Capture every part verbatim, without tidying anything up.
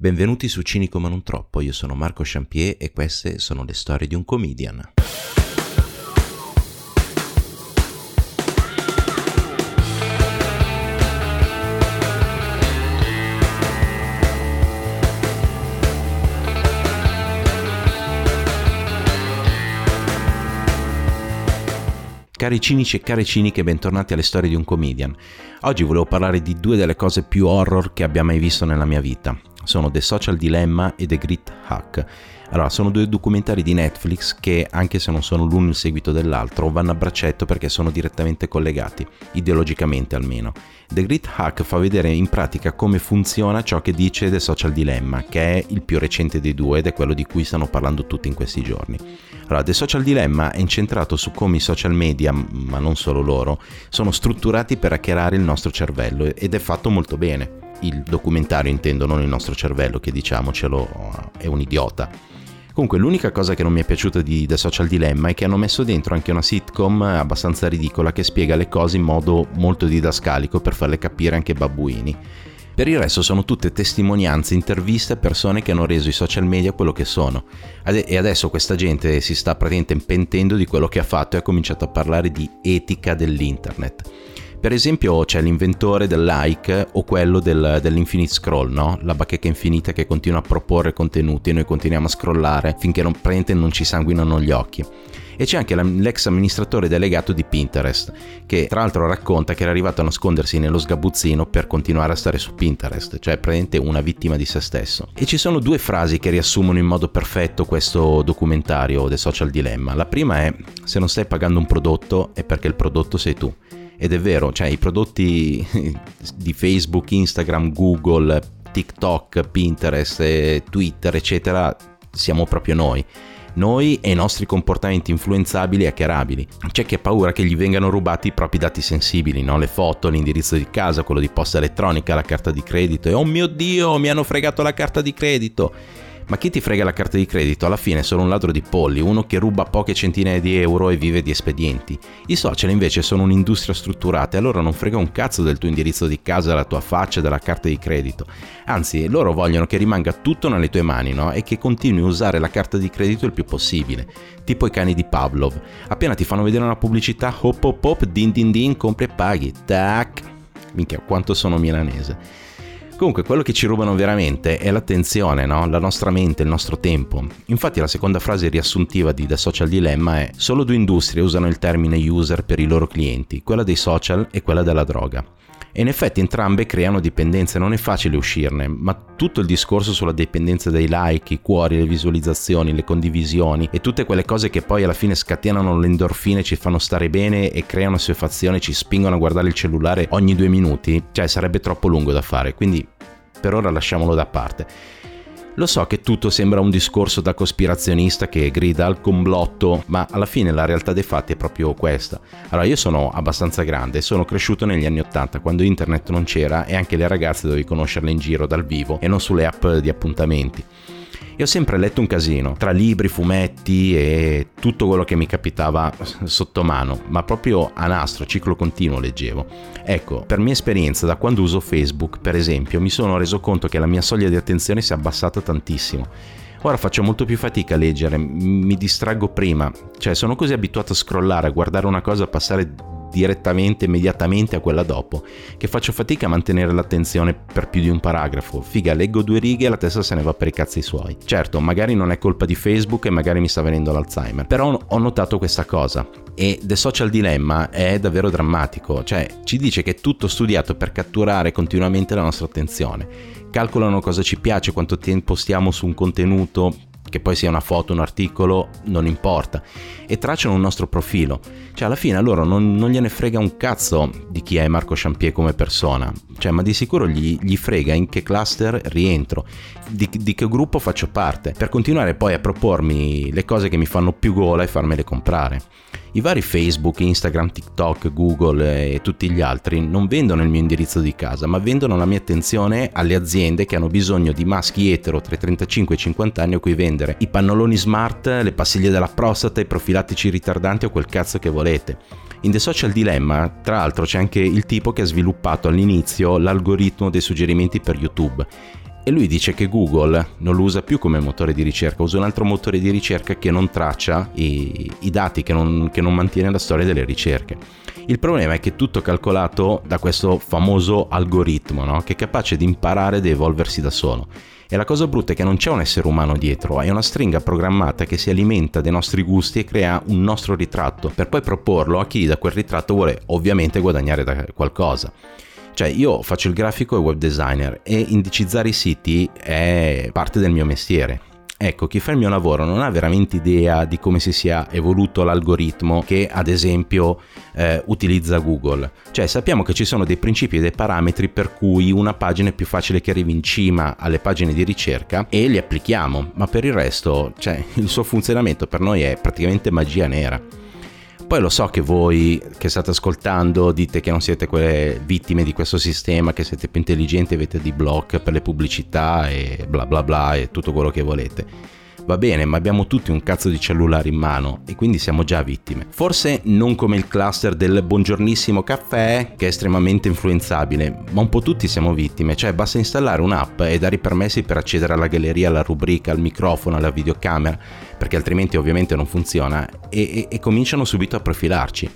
Benvenuti su Cinico ma non troppo, io sono Marco Champier e queste sono le storie di un comedian. Cari cinici e care ciniche, bentornati alle storie di un comedian. Oggi volevo parlare di due delle cose più horror che abbia mai visto nella mia vita. Sono The Social Dilemma e The Great Hack. Allora, sono due documentari di Netflix che, anche se non sono l'uno il seguito dell'altro, vanno a braccetto perché sono direttamente collegati, ideologicamente almeno. The Great Hack fa vedere in pratica come funziona ciò che dice The Social Dilemma, che è il più recente dei due ed è quello di cui stanno parlando tutti in questi giorni. Allora, The Social Dilemma è incentrato su come i social media, ma non solo loro, sono strutturati per hackerare il nostro cervello ed è fatto molto bene. Il documentario intendo, non il nostro cervello, che diciamocelo è un idiota. Comunque l'unica cosa che non mi è piaciuta di The Social Dilemma è che hanno messo dentro anche una sitcom abbastanza ridicola che spiega le cose in modo molto didascalico per farle capire anche ai babbuini. Per il resto sono tutte testimonianze, interviste a persone che hanno reso i social media quello che sono. E adesso questa gente si sta praticamente pentendo di quello che ha fatto e ha cominciato a parlare di etica dell'internet. Per esempio c'è l'inventore del like o quello del, dell'infinite scroll, no? La bacheca infinita che continua a proporre contenuti e noi continuiamo a scrollare finché non, praticamente non ci sanguinano gli occhi. E c'è anche l'ex amministratore delegato di Pinterest, che tra l'altro racconta che era arrivato a nascondersi nello sgabuzzino per continuare a stare su Pinterest, cioè praticamente una vittima di se stesso. E ci sono due frasi che riassumono in modo perfetto questo documentario The Social Dilemma. La prima è: se non stai pagando un prodotto è perché il prodotto sei tu. Ed è vero, cioè i prodotti di Facebook, Instagram, Google, TikTok, Pinterest, Twitter, eccetera, siamo proprio noi. Noi e i nostri comportamenti influenzabili e hackerabili. C'è chi ha paura che gli vengano rubati i propri dati sensibili, no? Le foto, l'indirizzo di casa, quello di posta elettronica, la carta di credito. E oh mio Dio, mi hanno fregato la carta di credito! Ma chi ti frega la carta di credito? Alla fine è solo un ladro di polli, uno che ruba poche centinaia di euro e vive di espedienti. I social invece sono un'industria strutturata e allora non frega un cazzo del tuo indirizzo di casa, della tua faccia, della carta di credito. Anzi, loro vogliono che rimanga tutto nelle tue mani, no? E che continui a usare la carta di credito il più possibile. Tipo i cani di Pavlov. Appena ti fanno vedere una pubblicità, hop hop hop, din din din, compri e paghi. Tac! Minchia, quanto sono milanese. Comunque quello che ci rubano veramente è l'attenzione, no? La nostra mente, il nostro tempo. Infatti la seconda frase riassuntiva di The Social Dilemma è: solo due industrie usano il termine user per i loro clienti, quella dei social e quella della droga. E in effetti entrambe creano dipendenze, non è facile uscirne, ma tutto il discorso sulla dipendenza dai like, i cuori, le visualizzazioni, le condivisioni e tutte quelle cose che poi alla fine scatenano le endorfine, ci fanno stare bene e creano assuefazione, ci spingono a guardare il cellulare ogni due minuti, cioè sarebbe troppo lungo da fare, quindi per ora lasciamolo da parte. Lo so che tutto sembra un discorso da cospirazionista che grida al complotto, ma alla fine la realtà dei fatti è proprio questa. Allora, io sono abbastanza grande, sono cresciuto negli anni ottanta, quando internet non c'era e anche le ragazze dovevi conoscerle in giro dal vivo e non sulle app di appuntamenti. E ho sempre letto un casino, tra libri, fumetti e tutto quello che mi capitava sotto mano, ma proprio a nastro, ciclo continuo leggevo. Ecco, per mia esperienza, da quando uso Facebook, per esempio, mi sono reso conto che la mia soglia di attenzione si è abbassata tantissimo. Ora faccio molto più fatica a leggere, mi distraggo prima, cioè sono così abituato a scrollare, a guardare una cosa, a passare direttamente, immediatamente a quella dopo, che faccio fatica a mantenere l'attenzione per più di un paragrafo. Figa, leggo due righe e la testa se ne va per i cazzi suoi. Certo, magari non è colpa di Facebook e magari mi sta venendo l'Alzheimer, però ho notato questa cosa. E The Social Dilemma è davvero drammatico, cioè ci dice che è tutto studiato per catturare continuamente la nostra attenzione. Calcolano cosa ci piace, quanto tempo stiamo su un contenuto, che poi sia una foto, un articolo, non importa, e tracciano un nostro profilo. Cioè alla fine a loro non, non gliene frega un cazzo di chi è Marco Champier come persona, cioè ma di sicuro gli, gli frega in che cluster rientro, di, di che gruppo faccio parte, per continuare poi a propormi le cose che mi fanno più gola e farmele comprare. I vari Facebook, Instagram, TikTok, Google e tutti gli altri non vendono il mio indirizzo di casa, ma vendono la mia attenzione alle aziende che hanno bisogno di maschi etero tra i trentacinque e i cinquanta anni a cui vendere i pannoloni smart, le pastiglie della prostata, i profilattici ritardanti o quel cazzo che volete. In The Social Dilemma, tra l'altro, c'è anche il tipo che ha sviluppato all'inizio l'algoritmo dei suggerimenti per YouTube. E lui dice che Google non lo usa più come motore di ricerca, usa un altro motore di ricerca che non traccia i, i dati, che non, che non mantiene la storia delle ricerche. Il problema è che è tutto calcolato da questo famoso algoritmo, no? Che è capace di imparare ed evolversi da solo. E la cosa brutta è che non c'è un essere umano dietro, è una stringa programmata che si alimenta dei nostri gusti e crea un nostro ritratto, per poi proporlo a chi da quel ritratto vuole ovviamente guadagnare da qualcosa. Cioè, io faccio il grafico e web designer e indicizzare i siti è parte del mio mestiere. Ecco, chi fa il mio lavoro non ha veramente idea di come si sia evoluto l'algoritmo che, ad esempio, eh, utilizza Google. Cioè, sappiamo che ci sono dei principi e dei parametri per cui una pagina è più facile che arrivi in cima alle pagine di ricerca e li applichiamo, ma per il resto, cioè, il suo funzionamento per noi è praticamente magia nera. Poi lo so che voi che state ascoltando dite che non siete quelle vittime di questo sistema, che siete più intelligenti, avete di block per le pubblicità e bla bla bla e tutto quello che volete. Va bene, ma abbiamo tutti un cazzo di cellulare in mano e quindi siamo già vittime. Forse non come il cluster del buongiornissimo caffè, che è estremamente influenzabile, ma un po' tutti siamo vittime. Cioè basta installare un'app e dare i permessi per accedere alla galleria, alla rubrica, al microfono, alla videocamera, perché altrimenti ovviamente non funziona, e, e, e cominciano subito a profilarci.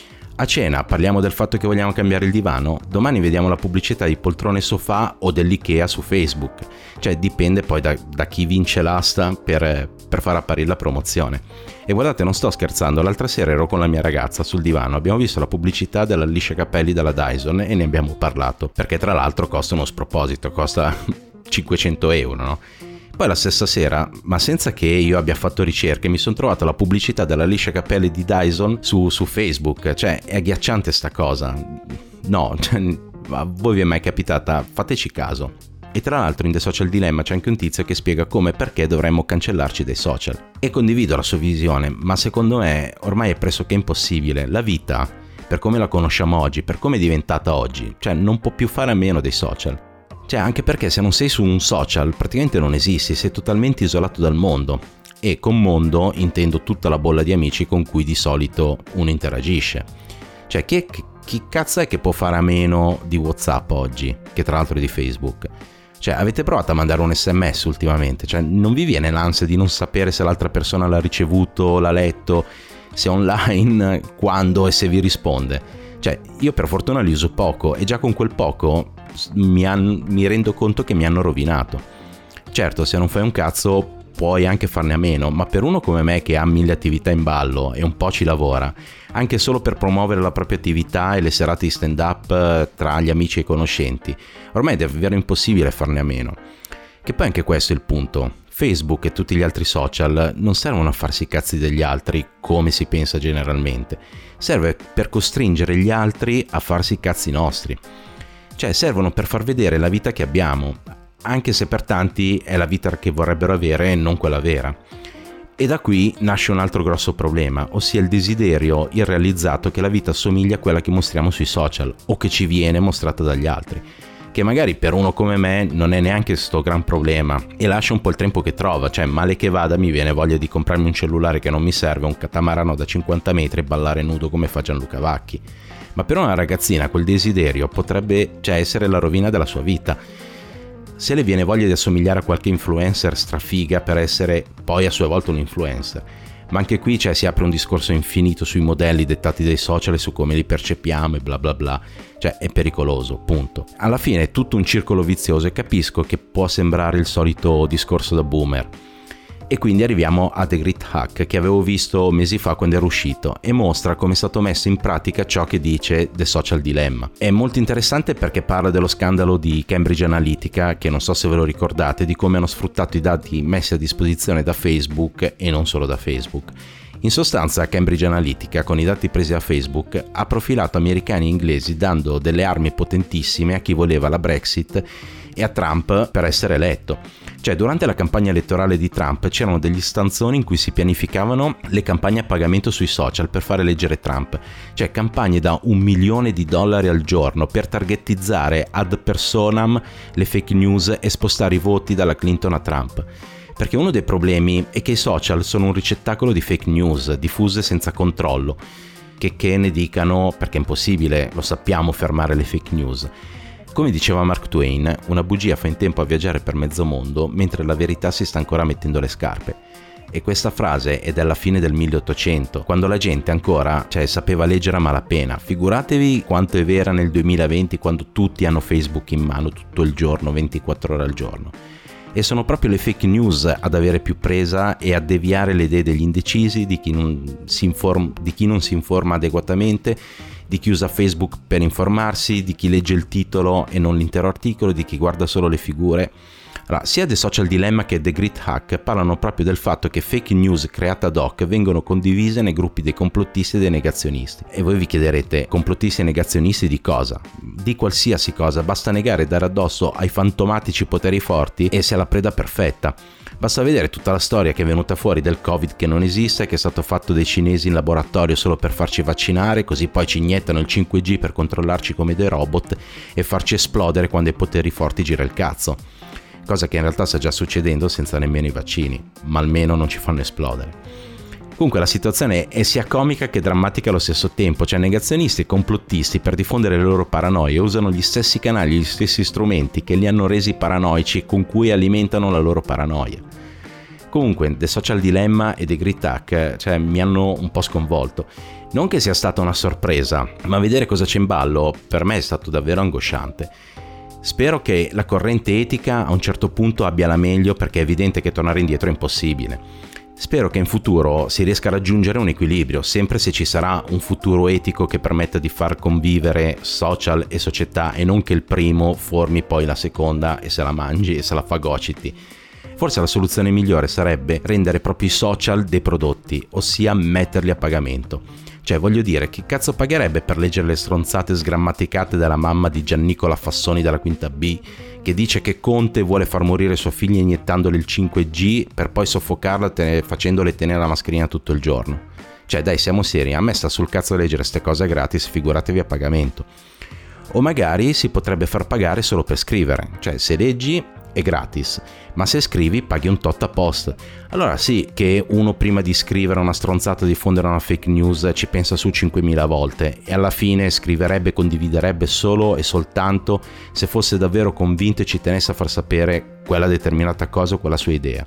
A cena parliamo del fatto che vogliamo cambiare il divano, domani vediamo la pubblicità di poltrone sofà o dell'Ikea su Facebook. Cioè dipende poi da, da chi vince l'asta per, per far apparire la promozione. E guardate, non sto scherzando, l'altra sera ero con la mia ragazza sul divano, abbiamo visto la pubblicità della lisciacapelli della Dyson e ne abbiamo parlato, perché tra l'altro costa uno sproposito, costa cinquecento euro, no? Poi la stessa sera, ma senza che io abbia fatto ricerche, mi sono trovato la pubblicità della lisciacapelli di Dyson su, su Facebook. Cioè, è agghiacciante sta cosa. No, cioè, a voi vi è mai capitata? Fateci caso. E tra l'altro in The Social Dilemma c'è anche un tizio che spiega come e perché dovremmo cancellarci dai social. E condivido la sua visione, ma secondo me ormai è pressoché impossibile. La vita, per come la conosciamo oggi, per come è diventata oggi, cioè non può più fare a meno dei social. Cioè, anche perché se non sei su un social praticamente non esisti, sei totalmente isolato dal mondo. E con mondo intendo tutta la bolla di amici con cui di solito uno interagisce. Cioè, chi, è, chi cazzo è che può fare a meno di WhatsApp oggi, che tra l'altro è di Facebook? Cioè, avete provato a mandare un sms ultimamente? Cioè, non vi viene l'ansia di non sapere se l'altra persona l'ha ricevuto, l'ha letto, se è online, quando e se vi risponde? Cioè, io per fortuna li uso poco e già con quel poco mi, han, mi rendo conto che mi hanno rovinato. Certo, se non fai un cazzo puoi anche farne a meno, ma per uno come me che ha mille attività in ballo e un po' ci lavora, anche solo per promuovere la propria attività e le serate di stand up tra gli amici e i conoscenti, ormai è davvero impossibile farne a meno. Che poi anche questo è il punto. Facebook e tutti gli altri social non servono a farsi i cazzi degli altri come si pensa generalmente, serve per costringere gli altri a farsi i cazzi nostri. Cioè servono per far vedere la vita che abbiamo, anche se per tanti è la vita che vorrebbero avere e non quella vera. E da qui nasce un altro grosso problema, ossia il desiderio irrealizzato che la vita assomiglia a quella che mostriamo sui social o che ci viene mostrata dagli altri, che magari per uno come me non è neanche sto gran problema e lascia un po' il tempo che trova. Cioè, male che vada, mi viene voglia di comprarmi un cellulare che non mi serve, un catamarano da cinquanta metri e ballare nudo come fa Gianluca Vacchi. Ma per una ragazzina quel desiderio potrebbe, cioè, essere la rovina della sua vita. Se le viene voglia di assomigliare a qualche influencer strafiga per essere poi a sua volta un influencer. Ma anche qui, cioè, si apre un discorso infinito sui modelli dettati dai social e su come li percepiamo e bla bla bla. Cioè, è pericoloso, punto. Alla fine è tutto un circolo vizioso e capisco che può sembrare il solito discorso da boomer. E quindi arriviamo a The Great Hack, che avevo visto mesi fa quando era uscito, e mostra come è stato messo in pratica ciò che dice The Social Dilemma. È molto interessante perché parla dello scandalo di Cambridge Analytica, che non so se ve lo ricordate, di come hanno sfruttato i dati messi a disposizione da Facebook e non solo da Facebook. In sostanza, Cambridge Analytica, con i dati presi da Facebook, ha profilato americani e inglesi dando delle armi potentissime a chi voleva la Brexit e a Trump per essere eletto. Cioè, durante la campagna elettorale di Trump c'erano degli stanzoni in cui si pianificavano le campagne a pagamento sui social per fare eleggere Trump. Cioè, campagne da un milione di dollari al giorno per targetizzare ad personam le fake news e spostare i voti dalla Clinton a Trump. Perché uno dei problemi è che i social sono un ricettacolo di fake news diffuse senza controllo, che, che ne dicano, perché è impossibile, lo sappiamo, fermare le fake news. Come diceva Mark Twain, una bugia fa in tempo a viaggiare per mezzo mondo mentre la verità si sta ancora mettendo le scarpe. E questa frase è della fine del milleottocento, quando la gente ancora, cioè, sapeva leggere a malapena. Figuratevi quanto è vera nel duemilaventi, quando tutti hanno Facebook in mano tutto il giorno, ventiquattro ore al giorno. E sono proprio le fake news ad avere più presa e a deviare le idee degli indecisi, di chi non si informa, di chi non si informa adeguatamente, di chi usa Facebook per informarsi, di chi legge il titolo e non l'intero articolo, di chi guarda solo le figure. Allora, sia The Social Dilemma che The Great Hack parlano proprio del fatto che fake news create ad hoc vengono condivise nei gruppi dei complottisti e dei negazionisti. E voi vi chiederete, complottisti e negazionisti di cosa? Di qualsiasi cosa, basta negare e dare addosso ai fantomatici poteri forti e si è la preda perfetta. Basta vedere tutta la storia che è venuta fuori del Covid che non esiste, che è stato fatto dai cinesi in laboratorio solo per farci vaccinare, così poi ci iniettano il cinque G per controllarci come dei robot e farci esplodere quando ai poteri forti gira il cazzo. Cosa che in realtà sta già succedendo senza nemmeno i vaccini, ma almeno non ci fanno esplodere. Comunque la situazione è sia comica che drammatica allo stesso tempo, cioè negazionisti e complottisti per diffondere le loro paranoie usano gli stessi canali, gli stessi strumenti che li hanno resi paranoici e con cui alimentano la loro paranoia. Comunque The Social Dilemma e The Great Hack, cioè, mi hanno un po' sconvolto. Non che sia stata una sorpresa, ma vedere cosa c'è in ballo per me è stato davvero angosciante. Spero che la corrente etica a un certo punto abbia la meglio, perché è evidente che tornare indietro è impossibile. Spero che in futuro si riesca a raggiungere un equilibrio, sempre se ci sarà un futuro etico che permetta di far convivere social e società e non che il primo formi poi la seconda e se la mangi e se la fagociti. Forse la soluzione migliore sarebbe rendere proprio i social dei prodotti, ossia metterli a pagamento. Cioè, voglio dire, chi cazzo pagherebbe per leggere le stronzate sgrammaticate della mamma di Giannicola Fassoni della quinta B, che dice che Conte vuole far morire sua figlia iniettandole il cinque G per poi soffocarla ten- facendole tenere la mascherina tutto il giorno? Cioè, dai, siamo seri, a me sta sul cazzo leggere ste cose gratis, figuratevi a pagamento. O magari si potrebbe far pagare solo per scrivere, cioè se leggi è gratis, ma se scrivi paghi un tot a post. Allora sì che uno prima di scrivere una stronzata, diffondere una fake news ci pensa su cinquemila volte e alla fine scriverebbe e condividerebbe solo e soltanto se fosse davvero convinto e ci tenesse a far sapere quella determinata cosa o quella sua idea.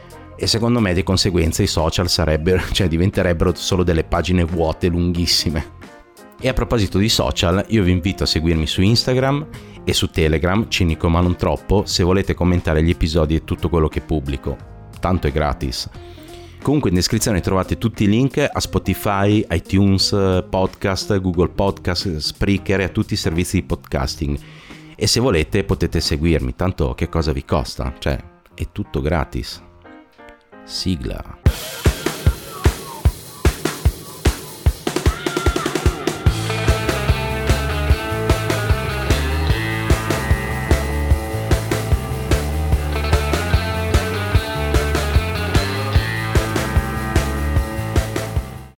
E secondo me di conseguenza i social sarebbero, cioè diventerebbero solo delle pagine vuote lunghissime. E a proposito di social, io vi invito a seguirmi su Instagram e su Telegram, cinico ma non troppo, se volete commentare gli episodi e tutto quello che pubblico. Tanto è gratis. Comunque in descrizione trovate tutti i link a Spotify, iTunes, Podcast, Google Podcast, Spreaker e a tutti i servizi di podcasting. E se volete potete seguirmi, tanto che cosa vi costa? Cioè, è tutto gratis. Sigla.